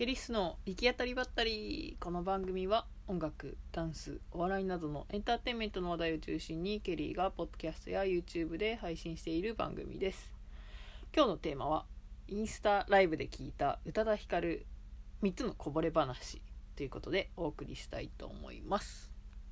ケリスの行き当たりばったり。この番組は音楽、ダンス、お笑いなどのエンターテインメントの話題を中心にケリーがポッドキャストや YouTube で配信している番組です。今日のテーマはインスタライブで聞いた宇多田ヒカル3つのこぼれ話ということでお送りしたいと思います。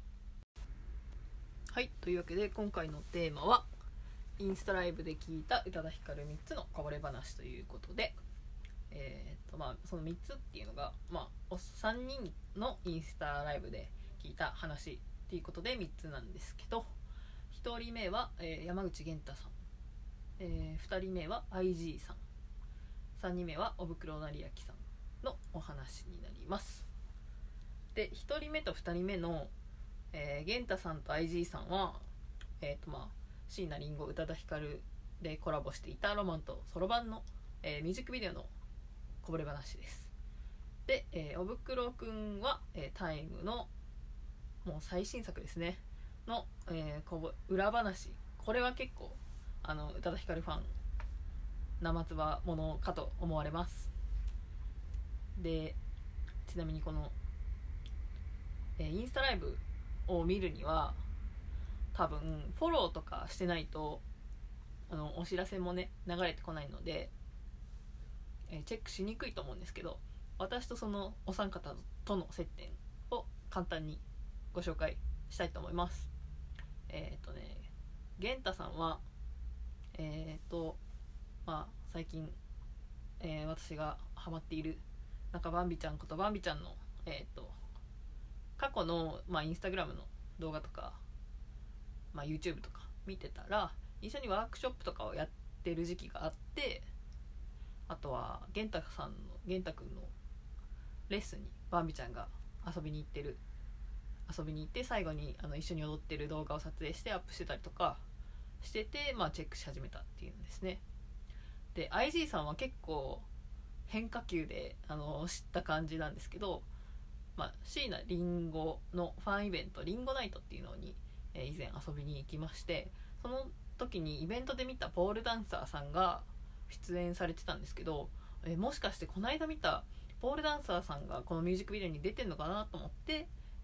はい、というわけで今回のテーマはインスタライブで聞いた宇多田ヒカル3つのこぼれ話ということで、その3つっていうのが、3人のインスタライブで聞いた話っていうことで3つなんですけど、1人目は、山口源太さん、2人目は IG さん、3人目はおぶくろなりやきさんのお話になります。で、1人目と2人目の、源太さんと IG さんは椎名林檎宇多田ヒカルでコラボしていたロマンとそろばんの、ミュージックビデオのこぼれ話です。で、おぶくろくんは、タイムのもう最新作ですねの、裏話。これは結構宇多田ヒカルファン生つばものかと思われます。で、ちなみにこの、インスタライブを見るには多分フォローとかしてないとお知らせもね流れてこないので、チェックしにくいと思うんですけど、私とそのお三方との接点を簡単にご紹介したいと思います。源太さんは最近、私がハマっている中バンビちゃんことバンビちゃんの過去の、インスタグラムの動画とか、YouTube とか見てたら一緒にワークショップとかをやってる時期があって、あとは源太くんのレッスンにバンビちゃんが遊びに行って最後に一緒に踊ってる動画を撮影してアップしてたりとかしてて、チェックし始めたっていうんですね。で IG さんは結構変化球で知った感じなんですけど、椎名林檎のファンイベントリンゴナイトっていうのに、以前遊びに行きまして、その時にイベントで見たポールダンサーさんが出演されてたんですけど、もしかしてこの間見たポールダンサーさんがこのミュージックビデオに出てんのかなと思って、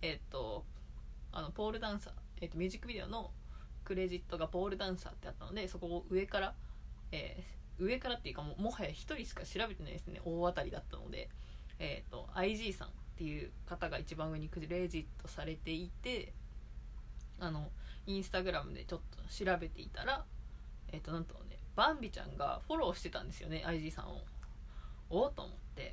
ポールダンサー、ミュージックビデオのクレジットがポールダンサーってあったので、そこを上からっていうかもはや一人しか調べてないですね。大当たりだったので、IG さんっていう方が一番上にクレジットされていて、インスタグラムでちょっと調べていたら、なんとねバンビちゃんがフォローしてたんですよね、 IG さんを。おっと思って、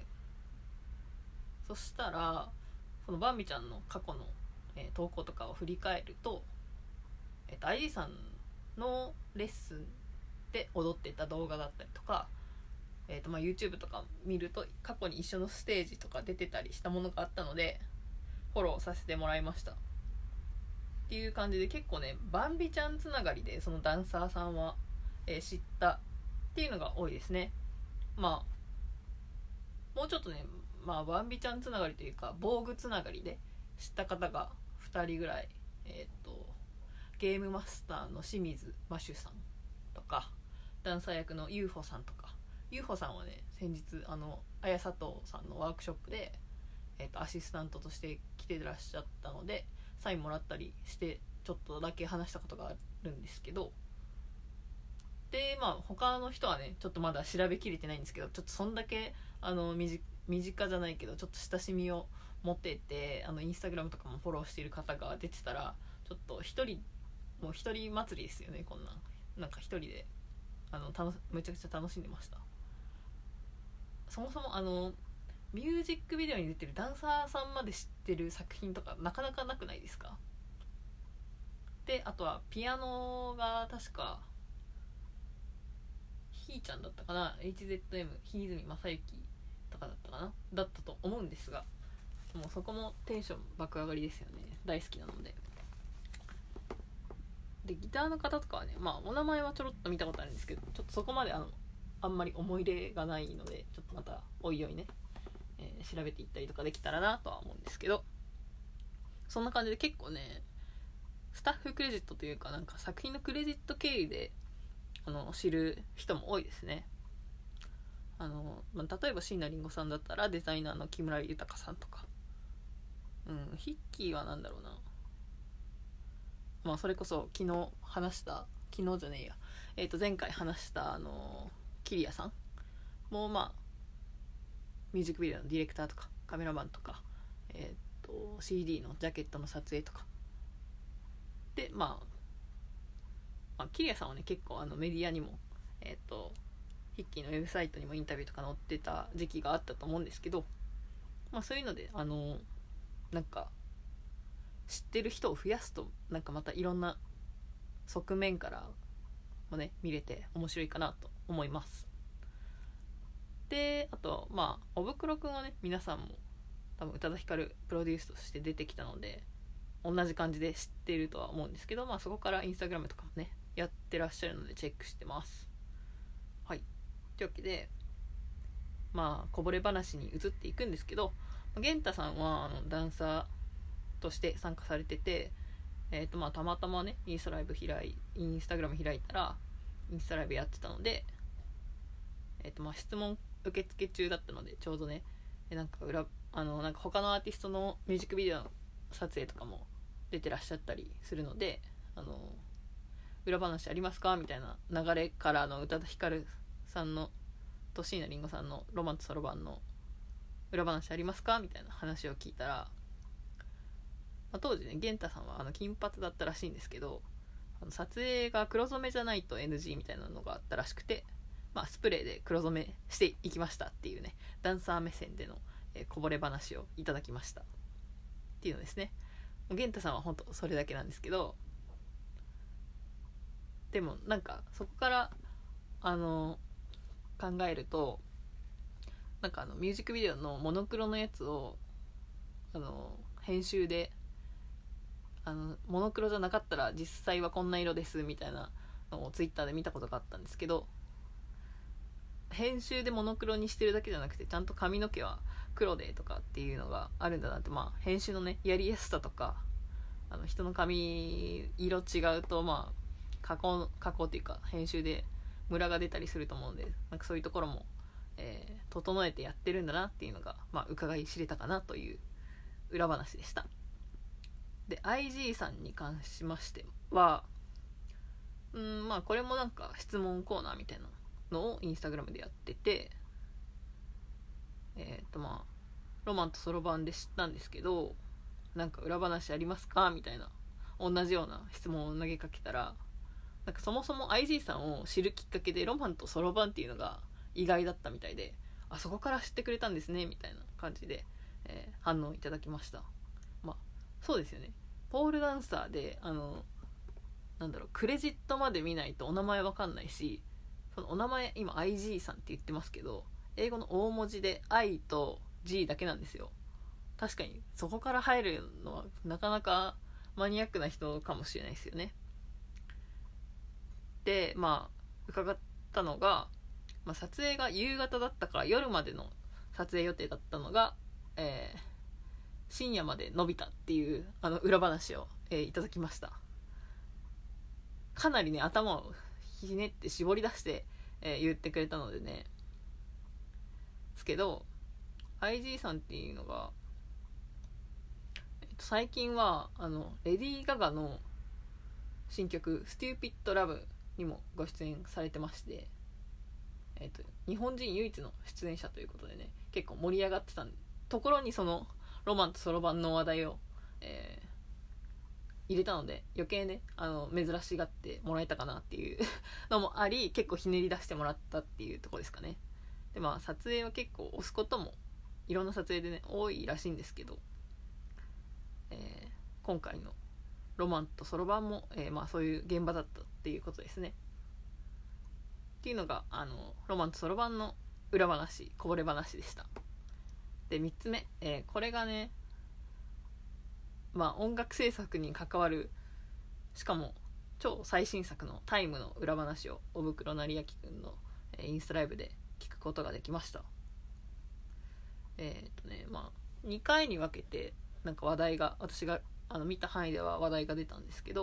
そしたらそのバンビちゃんの過去の、投稿とかを振り返ると、IG さんのレッスンで踊ってた動画だったりとか、YouTube とか見ると過去に一緒のステージとか出てたりしたものがあったのでフォローさせてもらいましたっていう感じで、結構ねバンビちゃんつながりでそのダンサーさんは、知ったっていうのが多いですね。もうちょっとね、バンビちゃんつながりというか防具つながりで知った方が2人ぐらい、ゲームマスターの清水マシュさんとか、ダンサー役の UFO さんとか。 UFO さんはね先日綾佐藤さんのワークショップで、アシスタントとして来てらっしゃったのでサインもらったりしてちょっとだけ話したことがあるんですけど、で他の人はねちょっとまだ調べきれてないんですけど、ちょっとそんだけ身近じゃないけどちょっと親しみを持ってて、インスタグラムとかもフォローしている方が出てたら、ちょっと一人祭りですよね。こんなんか一人でめちゃくちゃ楽しんでました。そもそもミュージックビデオに出てるダンサーさんまで知ってる作品とかなかなかなくないですか？で、あとはピアノが確かひーちゃんだったかな、 HZM ひ泉正幸とかだったと思うんですが、もうそこもテンション爆上がりですよね。大好きなので。でギターの方とかはね、お名前はちょろっと見たことあるんですけど、ちょっとそこまであんまり思い入れがないので、ちょっとまたおいおいね、調べていったりとかできたらなとは思うんですけど、そんな感じで結構ねスタッフクレジットというか、なんか作品のクレジット経由で知る人も多いですね。 例えば椎名林檎さんだったらデザイナーの木村豊さんとか、ヒッキーはなんだろうな、それこそ昨日じゃねえや、前回話したキリアさんもミュージックビデオのディレクターとかカメラマンとか、CD のジャケットの撮影とかで、キリアさんはね結構メディアにもヒッキーのウェブサイトにもインタビューとか載ってた時期があったと思うんですけど、そういうのでなんか知ってる人を増やすとなんかまたいろんな側面からもね見れて面白いかなと思います。であとおぶくろくんはね皆さんも多分宇多田ヒカルプロデュースとして出てきたので同じ感じで知っているとは思うんですけど、そこからインスタグラムとかもねやってらっしゃるのでチェックしてます。はい、というわけでこぼれ話に移っていくんですけど、玄太さんはダンサーとして参加されてて、たまたまねインスタグラム開いたらインスタライブやってたので、質問受付中だったのでちょうどねなんか他のアーティストのミュージックビデオの撮影とかも出てらっしゃったりするので、裏話ありますかみたいな流れから宇多田ヒカルさんのと椎名林檎さんのロマンとそろばんの裏話ありますかみたいな話を聞いたら、当時ね玄太さんは金髪だったらしいんですけど、撮影が黒染めじゃないと NG みたいなのがあったらしくて、スプレーで黒染めしていきましたっていうねダンサー目線での、こぼれ話をいただきましたっていうのですね。玄太さんは本当それだけなんですけど、でもなんかそこから考えるとなんかミュージックビデオのモノクロのやつを編集でモノクロじゃなかったら実際はこんな色ですみたいなのをツイッターで見たことがあったんですけど、編集でモノクロにしてるだけじゃなくてちゃんと髪の毛は黒でとかっていうのがあるんだなって、編集のねやりやすさとか人の髪色違うと加工っていうか編集でムラが出たりすると思うんで、なんかそういうところも、整えてやってるんだなっていうのが、伺い知れたかなという裏話でした。で IG さんに関しましてはこれもなんか質問コーナーみたいなのをインスタグラムでやってて、ロマンとそろばんで知ったんですけどなんか裏話ありますかみたいな同じような質問を投げかけたら、なんかそもそも IG さんを知るきっかけでロマンとそろばんっていうのが意外だったみたいで、そこから知ってくれたんですねみたいな感じで、反応いただきました。そうですよね、ポールダンサーでクレジットまで見ないとお名前わかんないし、そのお名前今 IG さんって言ってますけど英語の大文字で I と G だけなんですよ。確かにそこから入るのはなかなかマニアックな人かもしれないですよね。で伺ったのが、撮影が夕方だったから夜までの撮影予定だったのが、深夜まで伸びたっていう裏話を、いただきました。かなりね頭をひねって絞り出して、言ってくれたのでねですけど IG さんっていうのが、最近はレディー・ガガの新曲 Stupid Love にもご出演されてまして、日本人唯一の出演者ということでね結構盛り上がってたところにそのロマンとそろばんの話題を、入れたので余計ね珍しがってもらえたかなっていうのもあり結構ひねり出してもらったっていうところですかね。で撮影は結構押すこともいろんな撮影でね多いらしいんですけど、今回のロマンとそろばんも、そういう現場だったっていうことですね。っていうのがロマンとそろばんの裏話こぼれ話でした。で3つ目、これがね音楽制作に関わるしかも超最新作のタイムの裏話をおぶくろなりやきくんのインスタライブで聞くことができました。2回に分けてなんか話題が私が見た範囲では話題が出たんですけ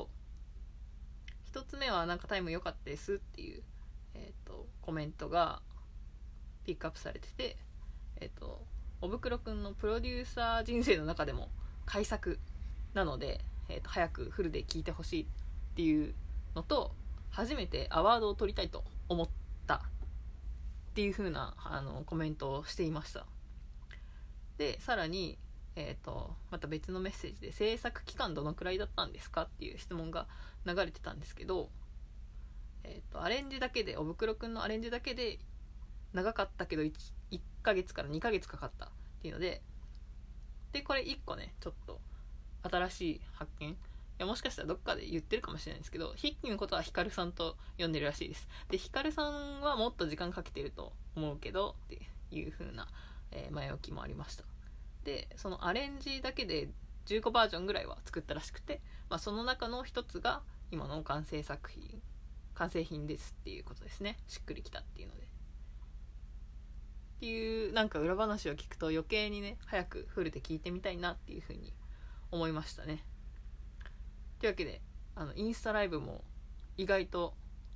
ど、1つ目はなんかタイム良かったですっていう、コメントがピックアップされてて、おぶくろくんのプロデューサー人生の中でも改作なので、早くフルで聴いてほしいっていうのと、初めてアワードを取りたいと思ったっていう風なコメントをしていました。でさらに、また別のメッセージで、制作期間どのくらいだったんですかっていう質問が流れてたんですけど、アレンジだけで、おぶくろくんのアレンジだけで長かったけど 1ヶ月から2ヶ月かかったっていうので、これ1個ね、ちょっと新しい発見、いやもしかしたらどっかで言ってるかもしれないんですけど、筆記のことはヒカルさんと呼んでるらしいです。でヒカルさんはもっと時間かけてると思うけどっていう風な、前置きもありました。でそのアレンジだけで15バージョンぐらいは作ったらしくて、その中の一つが今の完成品ですっていうことですね。しっくりきたっていうのでっていう、なんか裏話を聞くと余計にね、早くフルで聞いてみたいなっていう風に思いましたね。というわけでインスタライブも意外と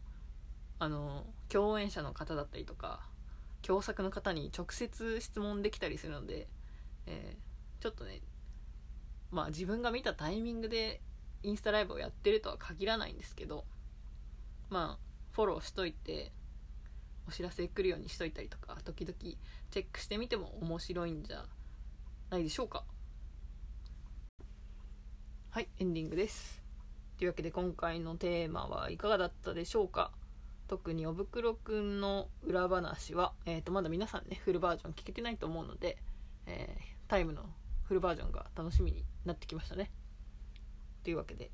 共演者の方だったりとか共作の方に直接質問できたりするので、ちょっとね、自分が見たタイミングでインスタライブをやってるとは限らないんですけど、フォローしといてお知らせ来るようにしといたりとか、時々チェックしてみても面白いんじゃないでしょうか。はい、エンディングです。というわけで今回のテーマはいかがだったでしょうか。特におぶくろくんの裏話は、まだ皆さんねフルバージョン聞けてないと思うので、タイムのフルバージョンが楽しみになってきましたね。というわけで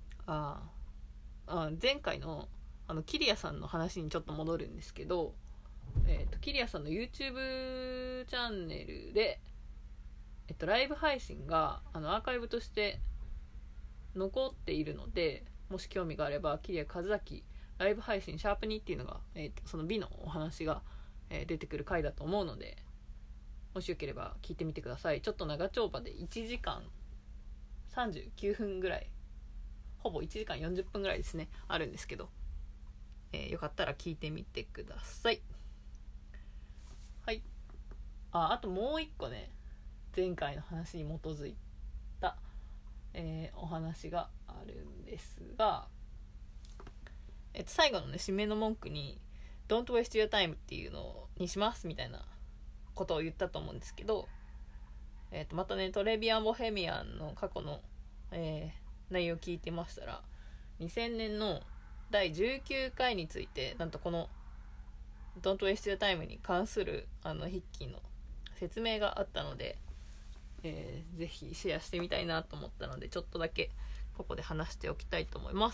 前回のキリアさんの話にちょっと戻るんですけど、キリアさんの YouTube チャンネルで、ライブ配信がアーカイブとして残っているので、もし興味があればキリア和明ライブ配信#2っていうのが、その美のお話が、出てくる回だと思うので、もしよければ聞いてみてください。ちょっと長丁場で1時間39分ぐらい、ほぼ1時間40分ぐらいですね、あるんですけど、よかったら聞いてみてください。はい。あともう一個ね、前回の話に基づいた、お話があるんですが、最後のね締めの文句に Don't waste your time っていうのにしますみたいなことを言ったと思うんですけど、またねトレビアン・ボヘミアンの過去の、内容を聞いてましたら、2000年の第19回についてなんとこの Don't waste your time に関する筆記の説明があったので、ぜひシェアしてみたいなと思ったので、ちょっとだけここで話しておきたいと思います。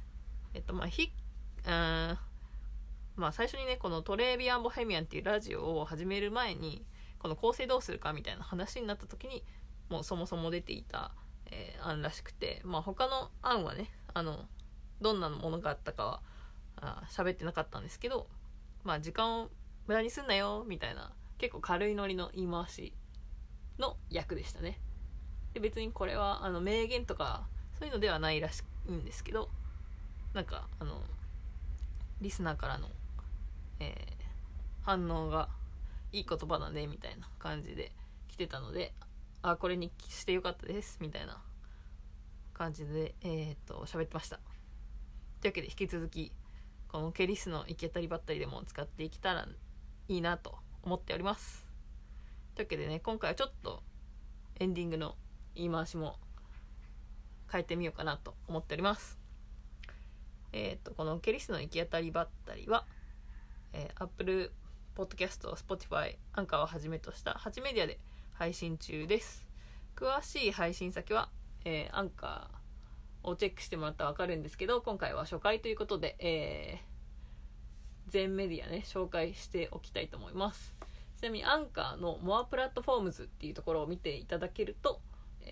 最初にねこのトレビアン・ボヘミアンっていうラジオを始める前に、この構成どうするかみたいな話になった時にもうそもそも出ていた、案らしくて、他の案はねどんなものがあったかは喋ってなかったんですけど、時間を無駄にすんなよみたいな結構軽いノリの言い回しの役でしたね。で別にこれは名言とかそういうのではないらしいんですけど、なんかリスナーからの、反応がいい言葉だねみたいな感じで来てたので、これにしてよかったですみたいな感じで喋ってました。というわけで引き続きこのケリスの行き当たりばったりでも使っていけたらいいなと思っております。というわけでね、今回はちょっとエンディングの言い回しも変えてみようかなと思っております。このケリスの行き当たりばったりは、Apple Podcast、Spotify、アンカーをはじめとした8メディアで配信中です。詳しい配信先は、アンカーをチェックしてもらったら分かるんですけど、今回は初回ということで、全メディアね紹介しておきたいと思います。ちなみにアンカーの More Platforms っていうところを見ていただけると、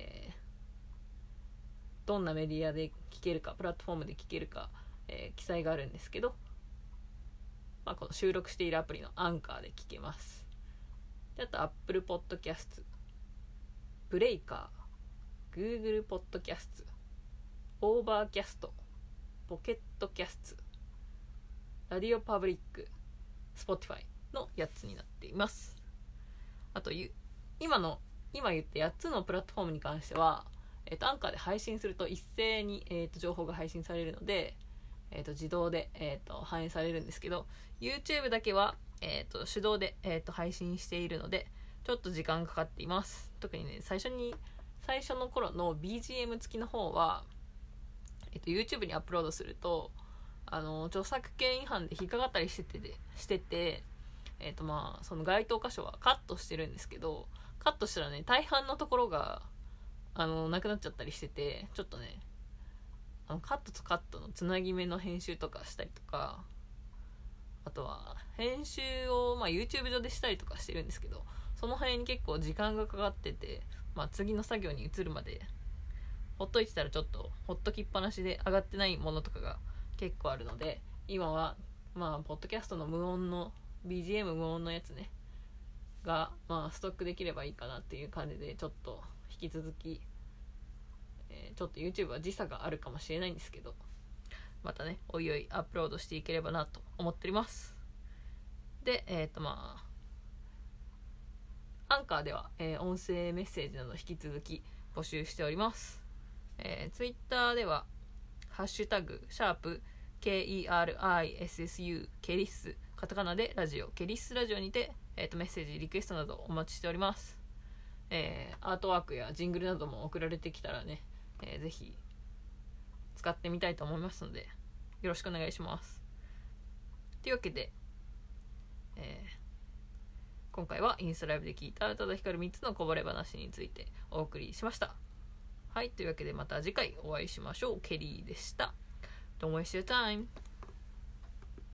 どんなメディアで聞けるか、プラットフォームで聞けるか、記載があるんですけど、この収録しているアプリのアンカーで聞けます。であと Apple Podcast、 ブレイカー、 Google Podcast、 Overcast、 ポケットキャスト、ラディオパブリック、 Spotify のやつになっています。あと今言った8つのプラットフォームに関しては、アンカーで配信すると一斉に、情報が配信されるので、自動で、反映されるんですけど、 YouTube だけは、手動で、配信しているのでちょっと時間かかっています。特にね、最初の頃の BGM 付きの方は、YouTube にアップロードすると著作権違反で引っかかったりしてて、その該当箇所はカットしてるんですけど、カットしたらね、大半のところがなくなっちゃったりしてて、ちょっとね、カットとカットのつなぎ目の編集とかしたりとか、あとは編集を、YouTube 上でしたりとかしてるんですけど、その辺に結構時間がかかってて、次の作業に移るまでほっといてたら、ちょっとほっときっぱなしで上がってないものとかが結構あるので、今はポッドキャストの無音の BGM 無音のやつねがストックできればいいかなっていう感じで、ちょっと引き続き、ちょっと YouTube は時差があるかもしれないんですけど、またね、おいおいアップロードしていければなと思っております。で、アンカーでは、音声メッセージなど引き続き募集しております。Twitter ではハッシュタグ#KERISSU ケリスカタカナでラジオケリスラジオにて、メッセージリクエストなどお待ちしております。アートワークやジングルなども送られてきたらね、ぜひ使ってみたいと思いますので、よろしくお願いします。というわけで、今回はインスタライブで聞いた宇多田ヒカル3つのこぼれ話についてお送りしました。はい、というわけでまた次回お会いしましょう。ケリーでした。Don't waste your time.